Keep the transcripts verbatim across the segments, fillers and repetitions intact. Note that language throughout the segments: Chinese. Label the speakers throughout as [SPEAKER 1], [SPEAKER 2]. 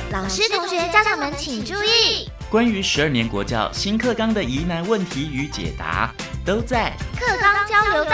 [SPEAKER 1] 老师、同学、家长们请注意，
[SPEAKER 2] 关于十二年国教新课纲的疑难问题与解答，都在
[SPEAKER 1] 课纲交流道。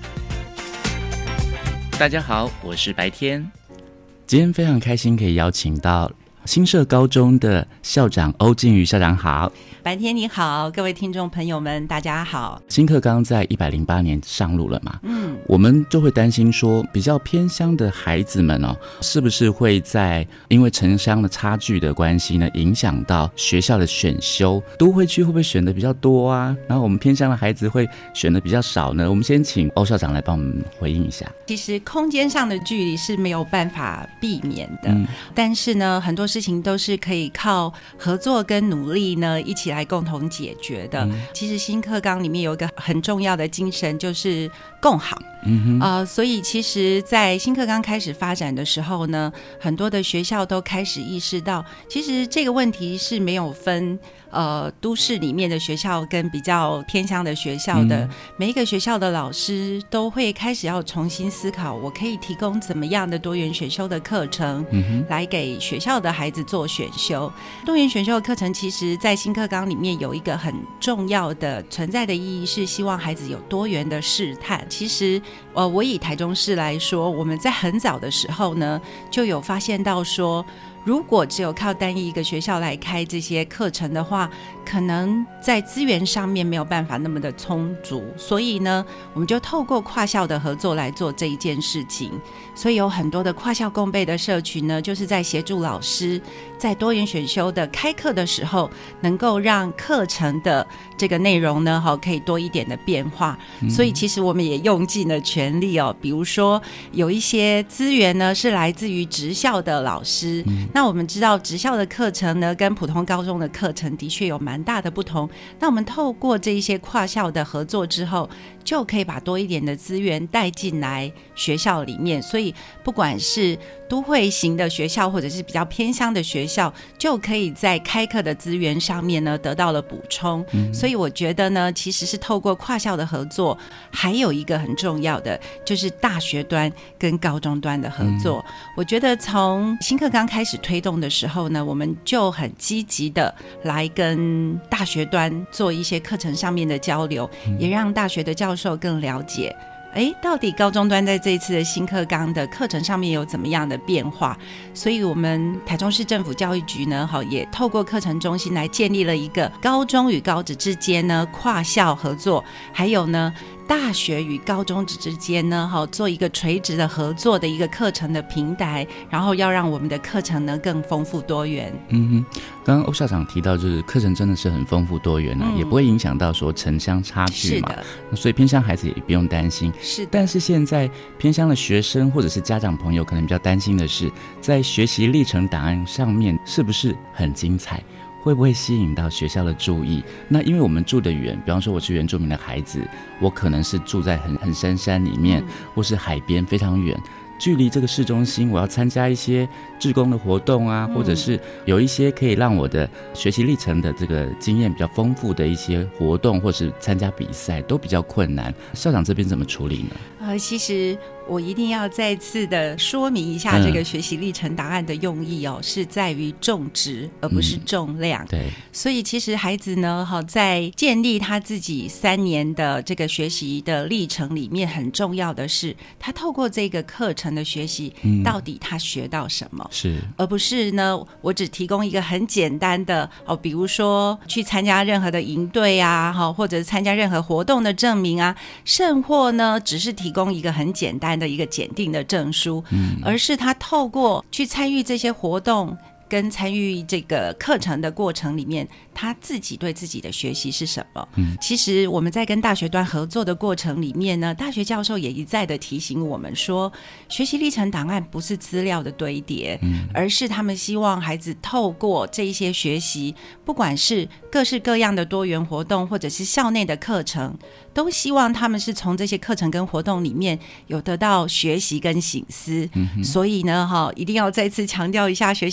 [SPEAKER 2] 大家好，我是白天。今天非常开心可以邀请到新社高中的校长欧静瑜校长好。
[SPEAKER 3] 白天你好，各位听众朋友们大家好。
[SPEAKER 2] 新课纲在一百零八年上路了嘛，
[SPEAKER 3] 嗯，
[SPEAKER 2] 我们就会担心说比较偏乡的孩子们哦，是不是会在因为城乡的差距的关系呢，影响到学校的选修，都会区会不会选的比较多啊，然后我们偏乡的孩子会选的比较少呢？我们先请欧校长来帮我们回应一下。
[SPEAKER 3] 其实空间上的距离是没有办法避免的，
[SPEAKER 2] 嗯，
[SPEAKER 3] 但是呢很多事情都是可以靠合作跟努力呢一起来共同解决的，嗯，其实新课纲里面有一个很重要的精神，就是共好。
[SPEAKER 2] 嗯
[SPEAKER 3] 呃，所以其实在新课纲开始发展的时候呢，很多的学校都开始意识到，其实这个问题是没有分呃都市里面的学校跟比较偏乡的学校的，嗯，每一个学校的老师都会开始要重新思考，我可以提供怎么样的多元选修的课程，嗯，来给学校的孩子做选修。多元选修的课程其实在新课纲里面有一个很重要的存在的意义，是希望孩子有多元的试探。其实呃，我以台中市来说，我们在很早的时候呢就有发现到说，如果只有靠单一一个学校来开这些课程的话，可能在资源上面没有办法那么的充足，所以呢我们就透过跨校的合作来做这一件事情。所以有很多的跨校共备的社群呢，就是在协助老师在多元选修的开课的时候，能够让课程的这个内容呢可以多一点的变化，嗯，所以其实我们也用尽了全力哦。比如说有一些资源呢是来自于职校的老师，嗯，那我们知道职校的课程呢跟普通高中的课程的确有蛮大的不同，那我们透过这一些跨校的合作之后，就可以把多一点的资源带进来学校里面，所以不管是都会型的学校或者是比较偏乡的学校，就可以在开课的资源上面呢得到了补充，嗯，所以我觉得呢其实是透过跨校的合作，还有一个很重要的就是大学端跟高中端的合作，嗯，我觉得从新课纲开始推动的时候呢，我们就很积极的来跟大学端做一些课程上面的交流，嗯，也让大学的教授更了解诶，到底高中端在这一次的新课纲的课程上面有怎么样的变化。所以我们台中市政府教育局呢也透过课程中心来建立了一个高中与高职之间呢跨校合作，还有呢大学与高中职之间呢做一个垂直的合作的一个课程的平台，然后要让我们的课程呢更丰富多元。
[SPEAKER 2] 嗯哼，刚刚欧校长提到就是课程真的是很丰富多元啊，嗯，也不会影响到说城乡差距嘛，是的，所以偏乡孩子也不用担心。
[SPEAKER 3] 是的，
[SPEAKER 2] 但是现在偏乡的学生或者是家长朋友可能比较担心的是，在学习历程档案上面是不是很精彩，会不会吸引到学校的注意？那因为我们住得远，比方说我是原住民的孩子，我可能是住在很很深山里面，嗯，或是海边非常远，距离这个市中心，我要参加一些志工的活动啊，嗯，或者是有一些可以让我的学习历程的这个经验比较丰富的一些活动，或是参加比赛，都比较困难。校长这边怎么处理呢？
[SPEAKER 3] 呃，其实我一定要再次的说明一下，这个学习历程档案的用意哦，嗯，是在于重质而不是重量，嗯，对，所以其实孩子呢在建立他自己三年的这个学习的历程里面，很重要的是他透过这个课程的学习，嗯，到底他学到什么，是，而不是呢我只提供一个很简单的哦，比如说去参加任何的营队啊，或者参加任何活动的证明啊，甚或呢只是提供一个很简单的一个检定的证书，嗯，而是他透过去参与这些活动跟参与这个课程的过程里面，他自己对自己的学习是什么，嗯，其实我们在跟大学端合作的过程里面呢，大学教授也一再的提醒我们说，学习历程档案不是资料的堆叠，嗯，而是他们希望孩子透过这一些学习，不管是各式各样的多元活动或者是校内的课程，都希望他们是从这些课程跟活动里面有得到学习跟省思，嗯，所以呢一定要再次强调一下学习历程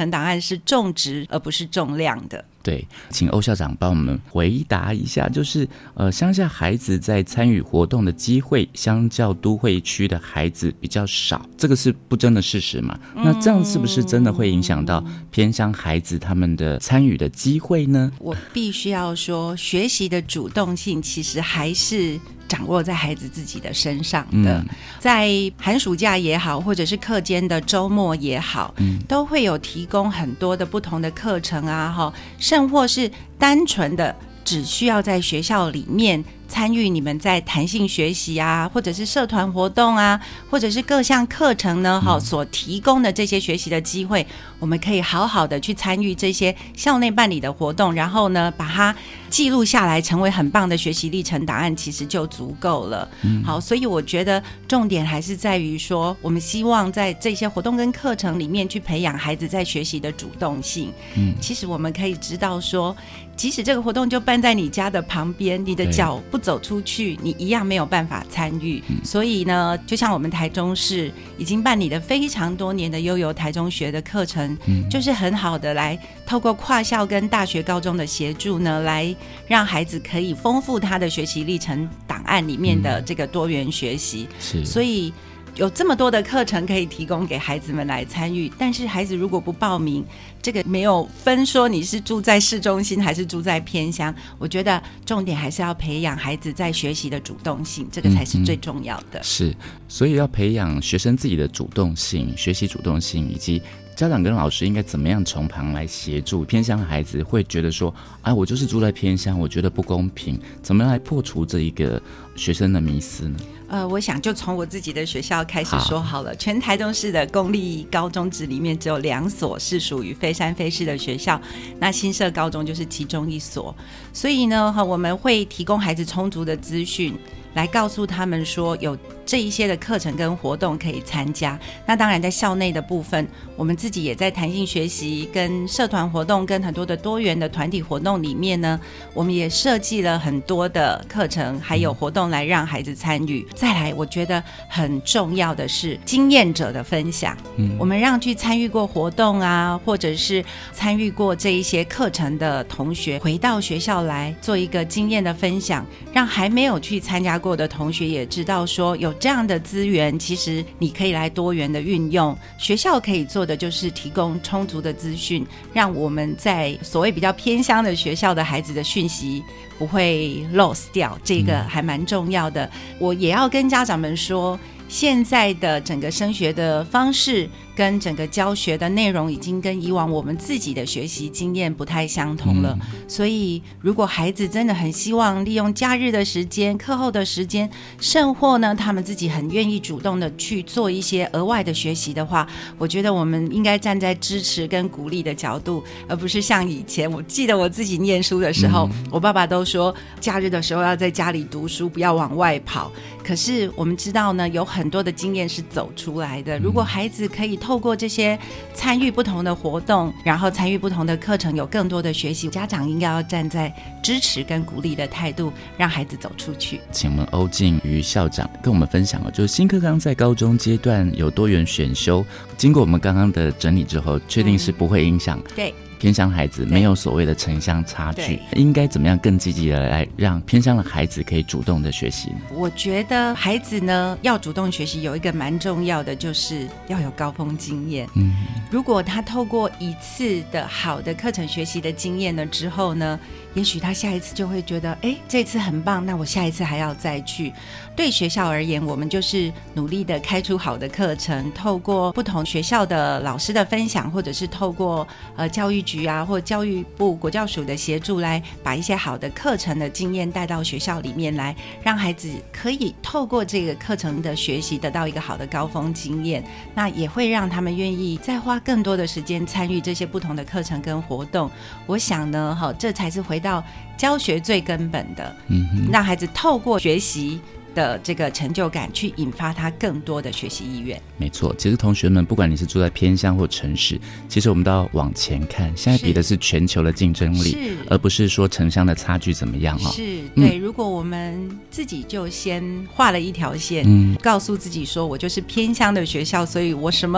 [SPEAKER 3] 程档案是重质而不是重量的。
[SPEAKER 2] 对，请欧校长帮我们回答一下，就是呃，乡下孩子在参与活动的机会，相较都会区的孩子比较少，这个是不争的事实嘛？嗯、那这样是不是真的会影响到偏乡孩子他们的参与的机会呢？
[SPEAKER 3] 我必须要说，学习的主动性其实还是掌握在孩子自己的身上的、嗯、在寒暑假也好，或者是课间的周末也好、嗯、都会有提供很多的不同的课程啊，甚或是单纯的只需要在学校里面参与你们在弹性学习啊，或者是社团活动啊，或者是各项课程呢、嗯、所提供的这些学习的机会，我们可以好好的去参与这些校内办理的活动，然后呢把它记录下来成为很棒的学习历程档案，其实就足够了、嗯、好，所以我觉得重点还是在于说，我们希望在这些活动跟课程里面去培养孩子在学习的主动性、嗯、其实我们可以知道说，即使这个活动就办在你家的旁边，你的脚不走出去，你一样没有办法参与、嗯、所以呢，就像我们台中市已经办理了非常多年的悠游台中学的课程、嗯、就是很好的来透过跨校跟大学高中的协助呢，来让孩子可以丰富他的学习历程档案里面的这个多元学习、嗯、所以有这么多的课程可以提供给孩子们来参与，但是孩子如果不报名，这个没有分说你是住在市中心还是住在偏乡，我觉得重点还是要培养孩子在学习的主动性，这个才是最重要的、嗯、
[SPEAKER 2] 是，所以要培养学生自己的主动性，学习主动性，以及家长跟老师应该怎么样从旁来协助偏乡的孩子会觉得说，啊，我就是住在偏乡，我觉得不公平，怎么样来破除这一个学生的迷思呢？
[SPEAKER 3] 呃，我想就从我自己的学校开始说好了。好，全台中市的公立高中职里面只有两所是属于非山非市的学校，那新社高中就是其中一所，所以呢，我们会提供孩子充足的资讯，来告诉他们说有这一些的课程跟活动可以参加。那当然在校内的部分，我们自己也在弹性学习跟社团活动跟很多的多元的团体活动里面呢，我们也设计了很多的课程还有活动来让孩子参与。再来我觉得很重要的是经验者的分享、嗯、我们让去参与过活动啊，或者是参与过这一些课程的同学回到学校来做一个经验的分享，让还没有去参加过的同学也知道说有这样的资源，其实你可以来多元的运用。学校可以做的就是提供充足的资讯，让我们在所谓比较偏乡的学校的孩子的讯息不会 lost 掉，这个还蛮重要的、嗯、我也要跟家长们说，现在的整个升学的方式跟整个教学的内容已经跟以往我们自己的学习经验不太相同了、嗯、所以如果孩子真的很希望利用假日的时间、课后的时间，甚或呢他们自己很愿意主动的去做一些额外的学习的话，我觉得我们应该站在支持跟鼓励的角度，而不是像以前我记得我自己念书的时候、嗯、我爸爸都说假日的时候要在家里读书，不要往外跑。可是我们知道呢，有很多的经验是走出来的，如果孩子可以透过这些参与不同的活动，然后参与不同的课程，有更多的学习，家长应该要站在支持跟鼓励的态度，让孩子走出去。
[SPEAKER 2] 请我们欧静瑜校长跟我们分享了，就是新课纲在高中阶段有多元选修，经过我们刚刚的整理之后，确定是不会影响、嗯、对偏乡孩子，没有所谓的城乡差距，应该怎么样更积极的来让偏乡的孩子可以主动的学习呢？
[SPEAKER 3] 我觉得孩子呢要主动学习，有一个蛮重要的，就是要有高峰经验。嗯，如果他透过一次的好的课程学习的经验了之后呢，也许他下一次就会觉得，哎，这次很棒，那我下一次还要再去。对学校而言，我们就是努力的开出好的课程，透过不同学校的老师的分享，或者是透过呃教育局啊或教育部国教署的协助，来把一些好的课程的经验带到学校里面来，让孩子可以透过这个课程的学习得到一个好的高峰经验，那也会让他们愿意再花更多的时间参与这些不同的课程跟活动。我想呢，这才是回到教学最根本的，嗯哼，让孩子透过学习的这个成就感去引发他更多的学习意愿。
[SPEAKER 2] 没错，其实同学们不管你是住在偏乡或城市，其实我们都要往前看，现在比的是全球的竞争力，而不是说城乡的差距怎么样、哦、
[SPEAKER 3] 是对、嗯、如果我们自己就先画了一条线、嗯、告诉自己说我就是偏乡的学校，所以我什么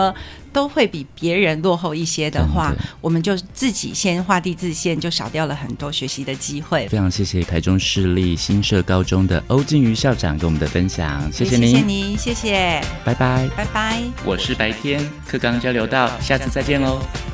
[SPEAKER 3] 都会比别人落后一些的话，我们就自己先画地自限，就少掉了很多学习的机会。
[SPEAKER 2] 非常谢谢台中市立新社高中的欧静瑜校长跟我们的分享，谢谢您，
[SPEAKER 3] 谢谢您，谢谢，
[SPEAKER 2] 拜拜，
[SPEAKER 3] 拜拜。
[SPEAKER 2] 我是白天，课纲交流道，下次再见喽。